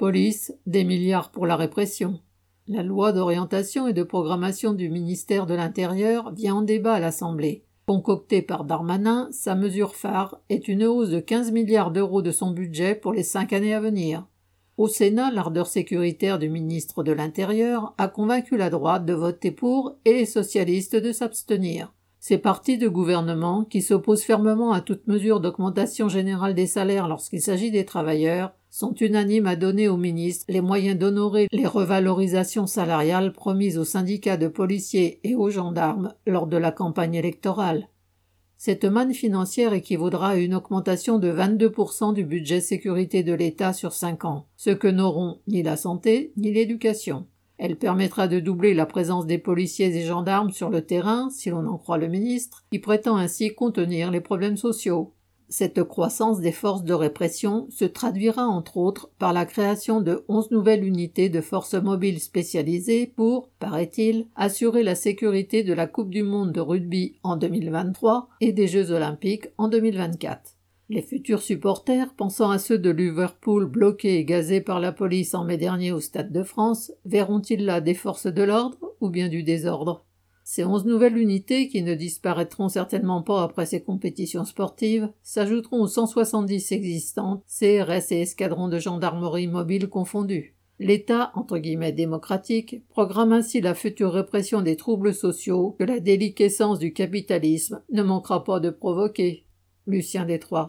police, des milliards pour la répression. La loi d'orientation et de programmation du ministère de l'Intérieur vient en débat à l'Assemblée. Concoctée par Darmanin, sa mesure phare est une hausse de 15 milliards d'euros de son budget pour les 5 années à venir. Au Sénat, l'ardeur sécuritaire du ministre de l'Intérieur a convaincu la droite de voter pour et les socialistes de s'abstenir. Ces partis de gouvernement, qui s'opposent fermement à toute mesure d'augmentation générale des salaires lorsqu'il s'agit des travailleurs, sont unanimes à donner au ministre les moyens d'honorer les revalorisations salariales promises aux syndicats de policiers et aux gendarmes lors de la campagne électorale. Cette manne financière équivaudra à une augmentation de 22% du budget sécurité de l'État sur 5 ans, ce que n'auront ni la santé ni l'éducation. Elle permettra de doubler la présence des policiers et gendarmes sur le terrain, si l'on en croit le ministre, qui prétend ainsi contenir les problèmes sociaux. Cette croissance des forces de répression se traduira entre autres par la création de 11 nouvelles unités de forces mobiles spécialisées pour, paraît-il, assurer la sécurité de la Coupe du monde de rugby en 2023 et des Jeux olympiques en 2024. Les futurs supporters, pensant à ceux de Liverpool bloqués et gazés par la police en mai dernier au Stade de France, verront-ils là des forces de l'ordre ou bien du désordre ? Ces 11 nouvelles unités, qui ne disparaîtront certainement pas après ces compétitions sportives, s'ajouteront aux 170 existantes, CRS et escadrons de gendarmerie mobile confondus. L'État, entre guillemets démocratique, programme ainsi la future répression des troubles sociaux que la déliquescence du capitalisme ne manquera pas de provoquer. Lucien Détroit.